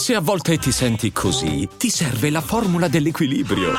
Se a volte ti senti così, ti serve la formula dell'equilibrio.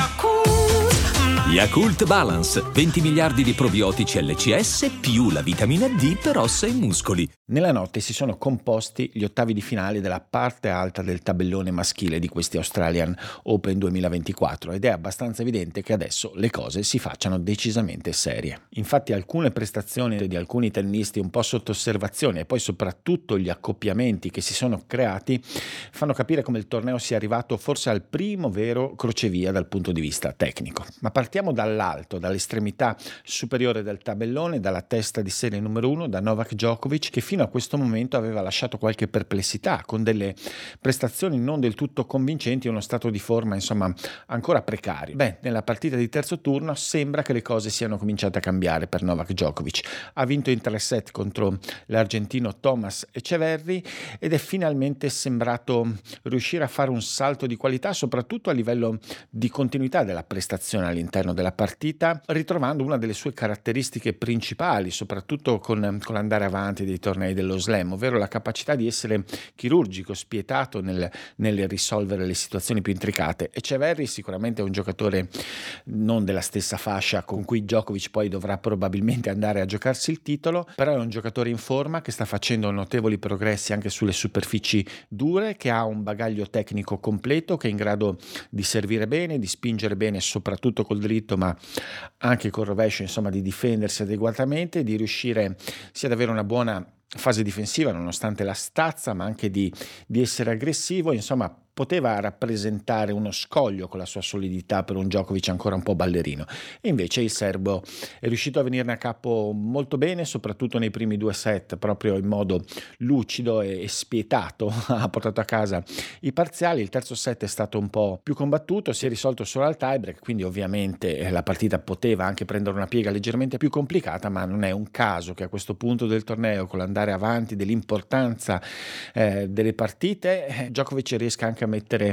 Yakult Balance, 20 miliardi di probiotici LCS più la vitamina D per ossa e muscoli. Nella notte si sono composti gli ottavi di finale della parte alta del tabellone maschile di questi Australian Open 2024 ed è abbastanza evidente che adesso le cose si facciano decisamente serie. Infatti alcune prestazioni di alcuni tennisti un po' sotto osservazione e poi soprattutto gli accoppiamenti che si sono creati fanno capire come il torneo sia arrivato forse al primo vero crocevia dal punto di vista tecnico. Ma partiamo dall'alto, dall'estremità superiore del tabellone, dalla testa di serie numero 1, da Novak Djokovic, che fino a questo momento aveva lasciato qualche perplessità, con delle prestazioni non del tutto convincenti e uno stato di forma, insomma, ancora precario. Nella partita di terzo turno sembra che le cose siano cominciate a cambiare per Novak Djokovic. Ha vinto in 3 set contro l'argentino Thomas Echeverry ed è finalmente sembrato riuscire a fare un salto di qualità, soprattutto a livello di continuità della prestazione all'interno della partita, ritrovando una delle sue caratteristiche principali, soprattutto con l'andare avanti dei tornei dello slam, ovvero la capacità di essere chirurgico, spietato nel risolvere le situazioni più intricate. Echeverry sicuramente è un giocatore non della stessa fascia con cui Djokovic poi dovrà probabilmente andare a giocarsi il titolo, però è un giocatore in forma che sta facendo notevoli progressi anche sulle superfici dure, che ha un bagaglio tecnico completo, che è in grado di servire bene, di spingere bene soprattutto col dritto ma anche col rovescio, insomma di difendersi adeguatamente, di riuscire sia ad avere una buona fase difensiva nonostante la stazza, ma anche di essere aggressivo, insomma poteva rappresentare uno scoglio con la sua solidità per un Djokovic ancora un po' ballerino. E invece il serbo è riuscito a venirne a capo molto bene, soprattutto nei primi 2 set, proprio in modo lucido e spietato ha portato a casa i parziali. Il terzo set è stato un po' più combattuto, si è risolto solo al tiebreak, quindi ovviamente la partita poteva anche prendere una piega leggermente più complicata, ma non è un caso che a questo punto del torneo, con l'andare avanti dell'importanza delle partite, Djokovic riesca anche a mettere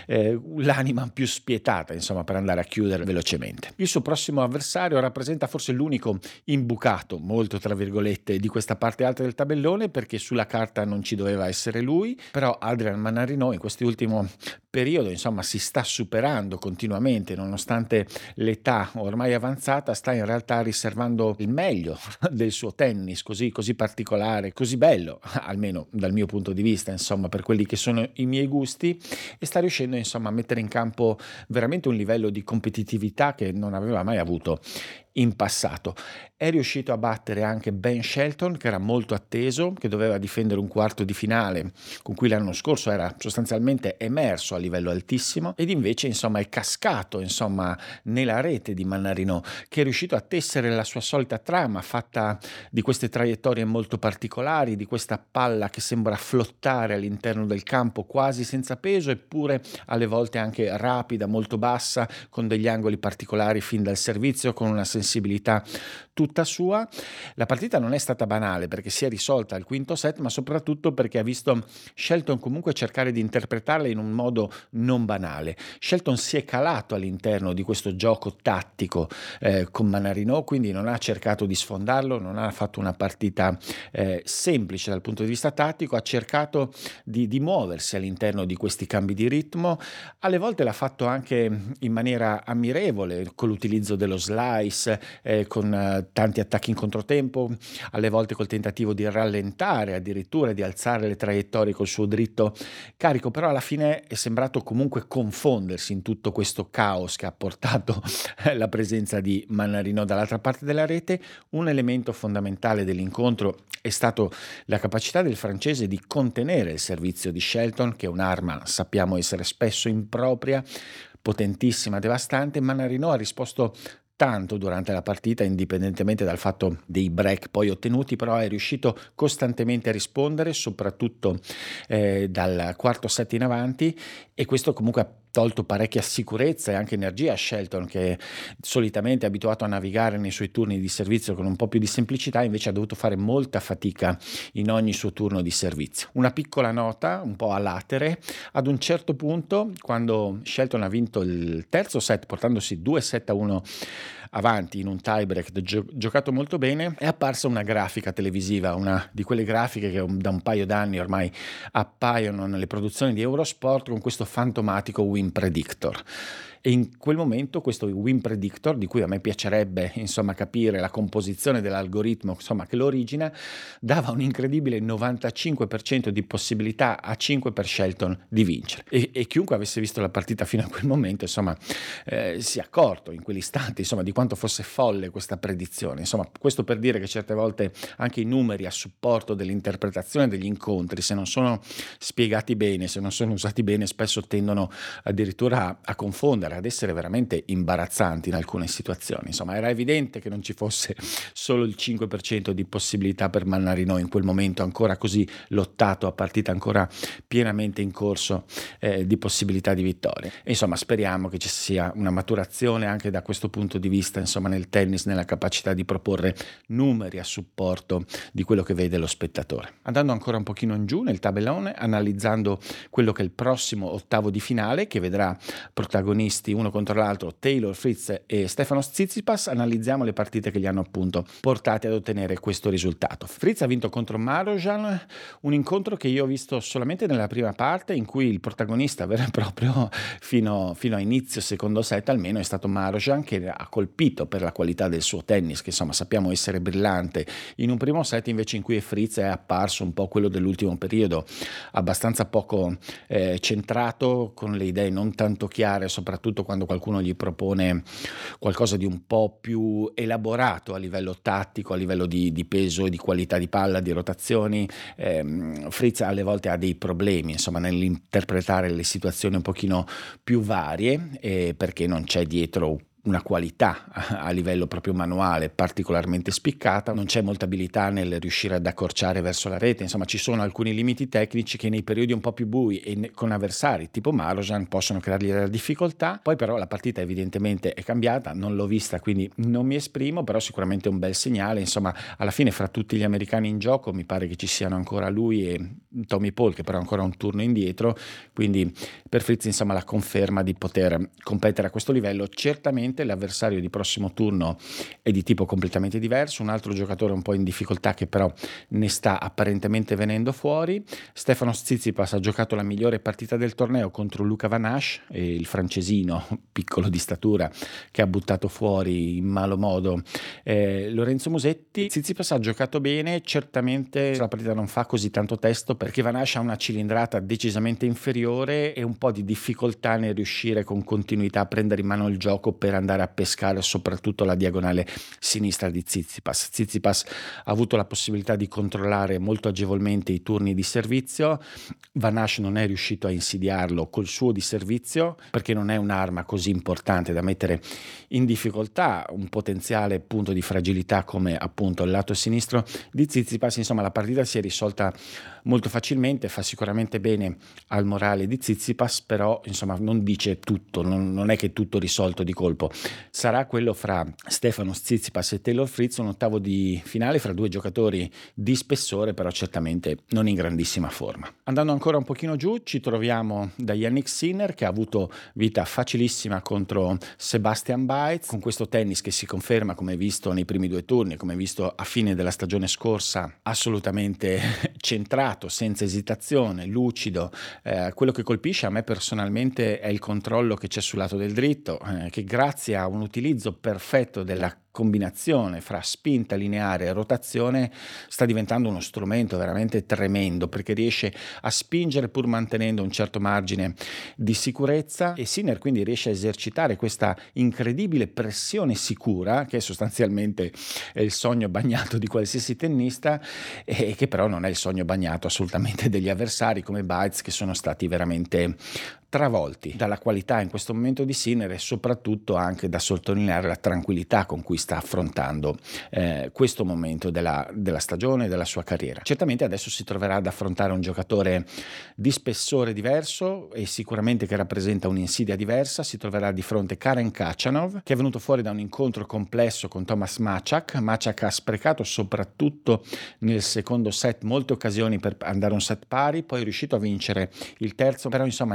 l'anima più spietata, insomma, per andare a chiudere velocemente. Il suo prossimo avversario rappresenta forse l'unico imbucato, molto tra virgolette, di questa parte alta del tabellone, perché sulla carta non ci doveva essere lui, però Adrian Mannarino in quest'ultimo periodo, insomma, si sta superando continuamente, nonostante l'età ormai avanzata, sta in realtà riservando il meglio del suo tennis, così particolare, così bello, almeno dal mio punto di vista, insomma, per quelli che sono i miei gusti, e sta riuscendo, insomma, a mettere in campo veramente un livello di competitività che non aveva mai avuto in passato. È riuscito a battere anche Ben Shelton, che era molto atteso, che doveva difendere un quarto di finale con cui l'anno scorso era sostanzialmente emerso a livello altissimo, ed invece, insomma, è cascato, insomma, nella rete di Mannarino, che è riuscito a tessere la sua solita trama fatta di queste traiettorie molto particolari, di questa palla che sembra flottare all'interno del campo quasi senza peso, eppure alle volte anche rapida, molto bassa, con degli angoli particolari fin dal servizio, con una sensibilità tutta sua. La partita non è stata banale perché si è risolta al quinto set, ma soprattutto perché ha visto Shelton comunque cercare di interpretarla in un modo non banale. Shelton si è calato all'interno di questo gioco tattico con Mannarino, quindi non ha cercato di sfondarlo, non ha fatto una partita semplice dal punto di vista tattico, ha cercato di muoversi all'interno di questi cambi di ritmo. Alle volte l'ha fatto anche in maniera ammirevole, con l'utilizzo dello slice, con tanti attacchi in controtempo, alle volte col tentativo di rallentare, addirittura di alzare le traiettorie col suo dritto carico, però alla fine è sembrato comunque confondersi in tutto questo caos che ha portato la presenza di Mannarino dall'altra parte della rete. Un elemento fondamentale dell'incontro è stato la capacità del francese di contenere il servizio di Shelton, che è un'arma, sappiamo essere spesso impropria, potentissima, devastante. Mannarino ha risposto tanto durante la partita, indipendentemente dal fatto dei break poi ottenuti, però è riuscito costantemente a rispondere, soprattutto dal quarto set in avanti, e questo comunque ha tolto parecchia sicurezza e anche energia a Shelton, che solitamente è abituato a navigare nei suoi turni di servizio con un po' più di semplicità, invece ha dovuto fare molta fatica in ogni suo turno di servizio. Una piccola nota, un po' a latere: ad un certo punto, quando Shelton ha vinto il terzo set portandosi 2-7-1 avanti in un tiebreak giocato molto bene, è apparsa una grafica televisiva, una di quelle grafiche che da un paio d'anni ormai appaiono nelle produzioni di Eurosport con questo fantomatico win predictor. E in quel momento questo win predictor, di cui a me piacerebbe capire la composizione dell'algoritmo che lo origina, dava un incredibile 95% di possibilità a 5 per Shelton di vincere, e chiunque avesse visto la partita fino a quel momento si è accorto in quell'istante di quanto fosse folle questa predizione. Questo per dire che certe volte anche i numeri a supporto dell'interpretazione degli incontri, se non sono spiegati bene, se non sono usati bene, spesso tendono addirittura a confondere, ad essere veramente imbarazzanti in alcune situazioni. Era evidente che non ci fosse solo il 5% di possibilità per Mannarino in quel momento ancora così lottato, a partita ancora pienamente in corso di possibilità di vittoria. E speriamo che ci sia una maturazione anche da questo punto di vista nel tennis, nella capacità di proporre numeri a supporto di quello che vede lo spettatore. Andando ancora un pochino in giù nel tabellone, analizzando quello che è il prossimo ottavo di finale, che vedrà protagonisti uno contro l'altro Taylor Fritz e Stefanos Tsitsipas, analizziamo le partite che li hanno appunto portati ad ottenere questo risultato. Fritz ha vinto contro Marozsan, un incontro che io ho visto solamente nella prima parte, in cui il protagonista vero e proprio fino a inizio secondo set almeno è stato Marozsan, che ha colpito per la qualità del suo tennis, che sappiamo essere brillante in un primo set, invece in cui Fritz è apparso un po' quello dell'ultimo periodo, abbastanza poco centrato, con le idee non tanto chiare, soprattutto quando qualcuno gli propone qualcosa di un po' più elaborato a livello tattico, a livello di peso e di qualità di palla, di rotazioni. Fritz alle volte ha dei problemi nell'interpretare le situazioni un pochino più varie, perché non c'è dietro una qualità a livello proprio manuale particolarmente spiccata, non c'è molta abilità nel riuscire ad accorciare verso la rete, ci sono alcuni limiti tecnici che nei periodi un po' più bui e con avversari tipo Marozsan possono creargli della difficoltà. Poi però la partita evidentemente è cambiata, non l'ho vista quindi non mi esprimo, però sicuramente è un bel segnale. Alla fine fra tutti gli americani in gioco mi pare che ci siano ancora lui e Tommy Paul, che però è ancora un turno indietro, quindi per Fritz la conferma di poter competere a questo livello. Certamente l'avversario di prossimo turno è di tipo completamente diverso, un altro giocatore un po' in difficoltà che però ne sta apparentemente venendo fuori. Stefanos Tsitsipas ha giocato la migliore partita del torneo contro Luca Van Assche, il francesino piccolo di statura che ha buttato fuori in malo modo Lorenzo Musetti. Tsitsipas ha giocato bene, certamente la partita non fa così tanto testo perché Van Assche ha una cilindrata decisamente inferiore e un po' di difficoltà nel riuscire con continuità a prendere in mano il gioco per andare a pescare soprattutto la diagonale sinistra di Tsitsipas. Tsitsipas ha avuto la possibilità di controllare molto agevolmente i turni di servizio. Van Assche non è riuscito a insidiarlo col suo di servizio perché non è un'arma così importante da mettere in difficoltà un potenziale punto di fragilità come appunto il lato sinistro di Tsitsipas. La partita si è risolta molto facilmente, fa sicuramente bene al morale di Tsitsipas, però non dice tutto, non è che tutto risolto di colpo. Sarà quello fra Stefanos Tsitsipas e Taylor Fritz, un ottavo di finale fra due giocatori di spessore, però certamente non in grandissima forma. Andando ancora un pochino giù ci troviamo da Jannik Sinner, che ha avuto vita facilissima contro Sebastian Baez, con questo tennis che si conferma, come visto nei primi due turni, come visto a fine della stagione scorsa, assolutamente centrato, senza esitazione, lucido. Quello che colpisce a me personalmente è il controllo che c'è sul lato del dritto, che grazie a un utilizzo perfetto della combinazione fra spinta lineare e rotazione sta diventando uno strumento veramente tremendo, perché riesce a spingere pur mantenendo un certo margine di sicurezza, e Sinner quindi riesce a esercitare questa incredibile pressione sicura che sostanzialmente è il sogno bagnato di qualsiasi tennista, e che però non è il sogno bagnato assolutamente degli avversari come Baez, che sono stati veramente travolti dalla qualità in questo momento di Sinner, e soprattutto anche da sottolineare la tranquillità con cui sta affrontando questo momento della stagione e della sua carriera. Certamente adesso si troverà ad affrontare un giocatore di spessore diverso e sicuramente che rappresenta un'insidia diversa. Si troverà di fronte Karen Khachanov, che è venuto fuori da un incontro complesso con Thomas Maček. Maček ha sprecato soprattutto nel secondo set molte occasioni per andare a un set pari, poi è riuscito a vincere il terzo, però nei primi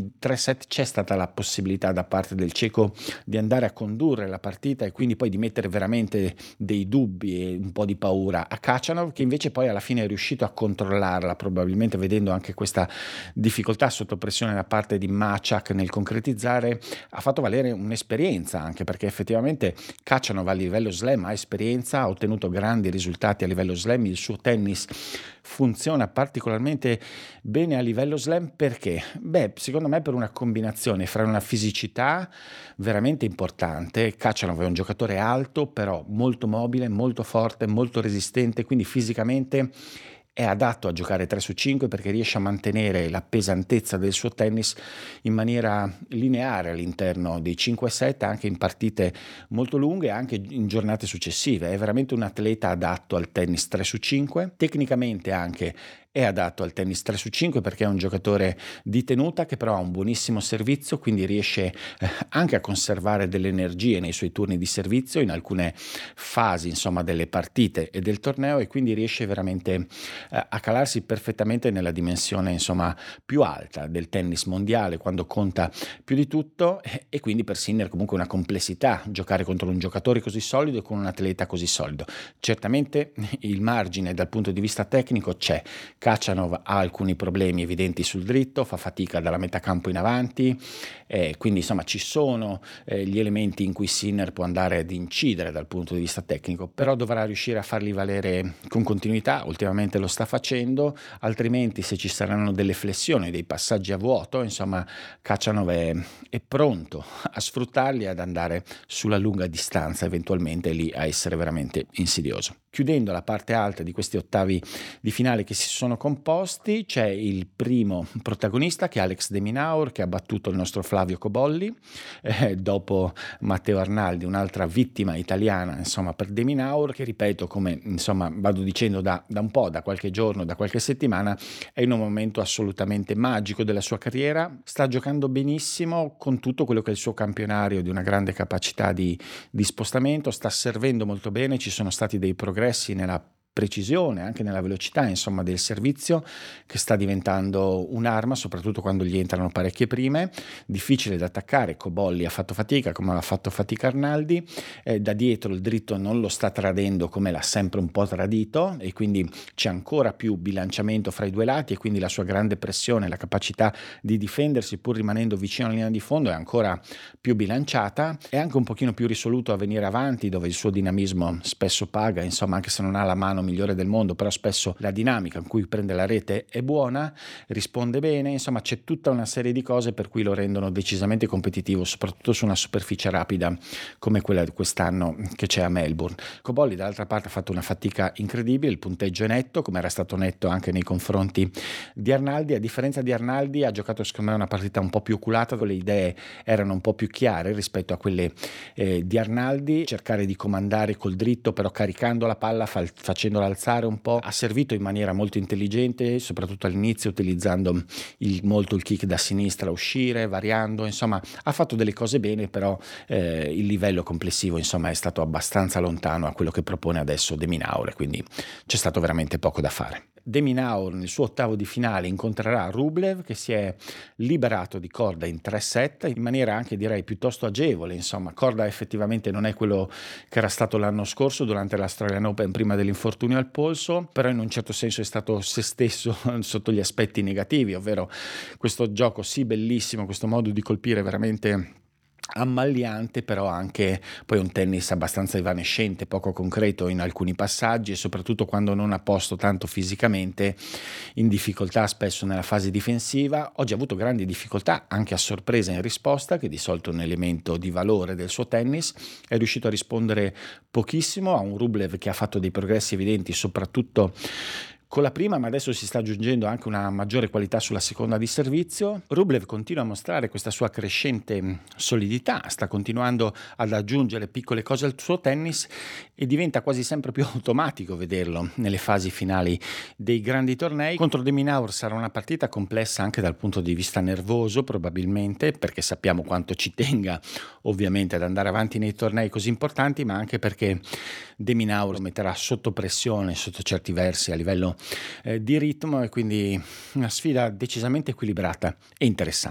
primi 3 set c'è stata la possibilità da parte del ceco di andare a condurre la partita e quindi poi di mettere veramente dei dubbi e un po' di paura a Khachanov, che invece poi alla fine è riuscito a controllarla, probabilmente vedendo anche questa difficoltà sotto pressione da parte di Maciak nel concretizzare. Ha fatto valere un'esperienza, anche perché effettivamente Khachanov a livello slam ha esperienza, ha ottenuto grandi risultati a livello slam, il suo tennis funziona particolarmente bene a livello slam. Perché? Secondo me per una combinazione fra una fisicità veramente importante. Khachanov è un giocatore alto, però molto mobile, molto forte, molto resistente, quindi fisicamente è adatto a giocare 3 su 5 perché riesce a mantenere la pesantezza del suo tennis in maniera lineare all'interno dei 5 set, anche in partite molto lunghe, anche in giornate successive. È veramente un atleta adatto al tennis 3 su 5, tecnicamente anche è adatto al tennis 3 su 5 perché è un giocatore di tenuta che però ha un buonissimo servizio, quindi riesce anche a conservare delle energie nei suoi turni di servizio in alcune fasi, insomma, delle partite e del torneo, e quindi riesce veramente a calarsi perfettamente nella dimensione, insomma, più alta del tennis mondiale, quando conta più di tutto. E quindi per Sinner comunque una complessità giocare contro un giocatore così solido e con un atleta così solido. Certamente il margine dal punto di vista tecnico c'è. Khachanov ha alcuni problemi evidenti sul dritto, fa fatica dalla metà campo in avanti, quindi insomma ci sono gli elementi in cui Sinner può andare ad incidere dal punto di vista tecnico, però dovrà riuscire a farli valere con continuità. Ultimamente lo sta facendo, altrimenti se ci saranno delle flessioni, dei passaggi a vuoto, insomma Khachanov è pronto a sfruttarli e ad andare sulla lunga distanza, eventualmente lì a essere veramente insidioso. Chiudendo la parte alta di questi ottavi di finale che si sono composti, c'è il primo protagonista che è Alex de Minaur, che ha battuto il nostro Flavio Cobolli, dopo Matteo Arnaldi, un'altra vittima italiana, insomma, per de Minaur, che ripeto, come insomma vado dicendo da un po', da qualche giorno, da qualche settimana, è in un momento assolutamente magico della sua carriera, sta giocando benissimo con tutto quello che è il suo campionario di una grande capacità di spostamento, sta servendo molto bene, ci sono stati dei progressi nella precisione, anche nella velocità, insomma, del servizio, che sta diventando un'arma, soprattutto quando gli entrano parecchie prime. Difficile da attaccare, Cobolli ha fatto fatica come ha fatto fatica Arnaldi, da dietro il dritto non lo sta tradendo come l'ha sempre un po' tradito, e quindi c'è ancora più bilanciamento fra i due lati, e quindi la sua grande pressione, la capacità di difendersi pur rimanendo vicino alla linea di fondo è ancora più bilanciata. È anche un pochino più risoluto a venire avanti, dove il suo dinamismo spesso paga, insomma, anche se non ha la mano migliore del mondo, però spesso la dinamica in cui prende la rete è buona, risponde bene, insomma c'è tutta una serie di cose per cui lo rendono decisamente competitivo, soprattutto su una superficie rapida come quella di quest'anno che c'è a Melbourne. Cobolli dall'altra parte ha fatto una fatica incredibile, il punteggio è netto, come era stato netto anche nei confronti di Arnaldi. A differenza di Arnaldi ha giocato secondo me una partita un po' più oculata, dove le idee erano un po' più chiare rispetto a quelle di Arnaldi, cercare di comandare col dritto però caricando la palla, facendola alzare un po'. Ha servito in maniera molto intelligente, soprattutto all'inizio, utilizzando molto il kick da sinistra a uscire, variando, insomma ha fatto delle cose bene, però il livello complessivo insomma è stato abbastanza lontano a quello che propone adesso de Minaur, quindi c'è stato veramente poco da fare. De Minaur nel suo ottavo di finale incontrerà Rublev, che si è liberato di Korda in 3 set in maniera anche direi piuttosto agevole. Insomma, Korda effettivamente non è quello che era stato l'anno scorso durante l'Australian Open prima dell'infortunio al polso, però in un certo senso è stato se stesso sotto gli aspetti negativi, ovvero questo gioco sì bellissimo, questo modo di colpire veramente ammagliante, però anche poi un tennis abbastanza evanescente, poco concreto in alcuni passaggi, e soprattutto quando non a posto tanto fisicamente, in difficoltà spesso nella fase difensiva. Oggi ha avuto grandi difficoltà anche a sorpresa in risposta, che di solito è un elemento di valore del suo tennis. È riuscito a rispondere pochissimo a un Rublev che ha fatto dei progressi evidenti soprattutto con la prima, ma adesso si sta aggiungendo anche una maggiore qualità sulla seconda di servizio. Rublev continua a mostrare questa sua crescente solidità, sta continuando ad aggiungere piccole cose al suo tennis e diventa quasi sempre più automatico vederlo nelle fasi finali dei grandi tornei. Contro de Minaur sarà una partita complessa anche dal punto di vista nervoso, probabilmente, perché sappiamo quanto ci tenga ovviamente ad andare avanti nei tornei così importanti, ma anche perché de Minaur metterà sotto pressione sotto certi versi a livello di ritmo, e quindi una sfida decisamente equilibrata e interessante.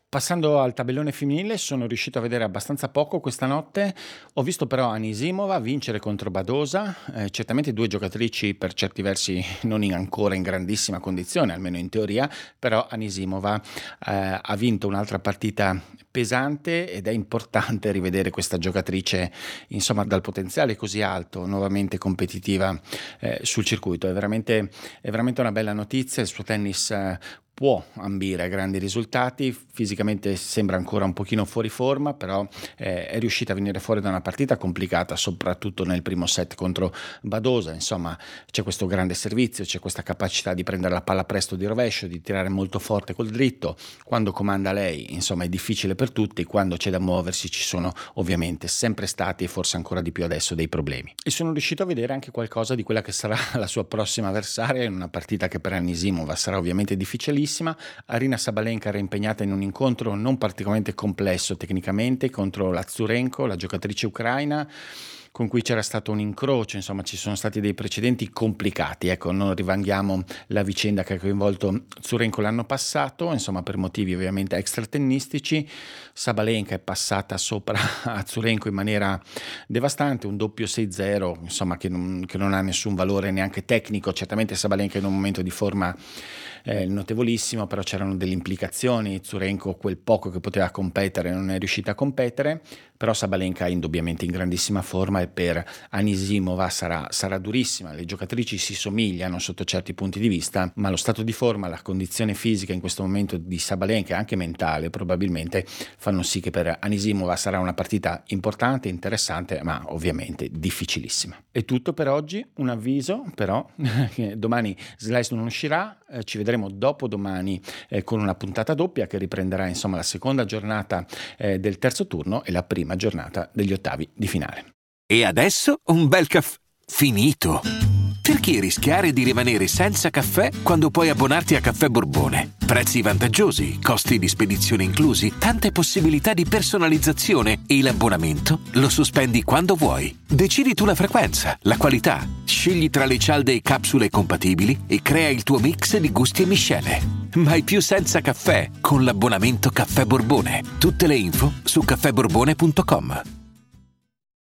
Passando al tabellone femminile, sono riuscito a vedere abbastanza poco questa notte. Ho visto però Anisimova vincere contro Badosa, certamente due giocatrici per certi versi non ancora in grandissima condizione, almeno in teoria, però Anisimova ha vinto un'altra partita pesante ed è importante rivedere questa giocatrice, insomma, dal potenziale così alto, nuovamente competitiva sul circuito. È veramente una bella notizia. Il suo tennis può ambire a grandi risultati, fisicamente sembra ancora un pochino fuori forma, però è riuscita a venire fuori da una partita complicata, soprattutto nel primo set contro Badosa. Insomma, c'è questo grande servizio, c'è questa capacità di prendere la palla presto di rovescio, di tirare molto forte col dritto. Quando comanda lei, insomma, è difficile per tutti, quando c'è da muoversi ci sono ovviamente sempre stati, e forse ancora di più adesso, dei problemi. E sono riuscito a vedere anche qualcosa di quella che sarà la sua prossima avversaria in una partita che per Anisimova sarà ovviamente difficilissima. Aryna Sabalenka era impegnata in un incontro non particolarmente complesso tecnicamente contro l'Azurenko, la giocatrice ucraina, con cui c'era stato un incrocio. Insomma, ci sono stati dei precedenti complicati, ecco, non rivanghiamo la vicenda che ha coinvolto Azurenko l'anno passato, insomma, per motivi ovviamente extratennistici. Sabalenka è passata sopra Azurenko in maniera devastante, un doppio 6-0, insomma, che non ha nessun valore neanche tecnico. Certamente Sabalenka è in un momento di forma notevolissimo, però c'erano delle implicazioni. Azurenko, quel poco che poteva competere, non è riuscita a competere, però Sabalenka è indubbiamente in grandissima forma e per Anisimova sarà durissima. Le giocatrici si somigliano sotto certi punti di vista, ma lo stato di forma, la condizione fisica in questo momento di Sabalenka e anche mentale probabilmente fanno sì che per Anisimova sarà una partita importante, interessante, ma ovviamente difficilissima. È tutto per oggi. Un avviso però, domani Slice non uscirà, ci vedremo dopodomani con una puntata doppia che riprenderà insomma la seconda giornata del terzo turno e la prima giornata degli ottavi di finale. E adesso un bel caffè finito. Perché rischiare di rimanere senza caffè quando puoi abbonarti a Caffè Borbone? Prezzi vantaggiosi, costi di spedizione inclusi, tante possibilità di personalizzazione e l'abbonamento lo sospendi quando vuoi. Decidi tu la frequenza, la qualità, scegli tra le cialde e capsule compatibili e crea il tuo mix di gusti e miscele. Mai più senza caffè con l'abbonamento Caffè Borbone. Tutte le info su caffèborbone.com.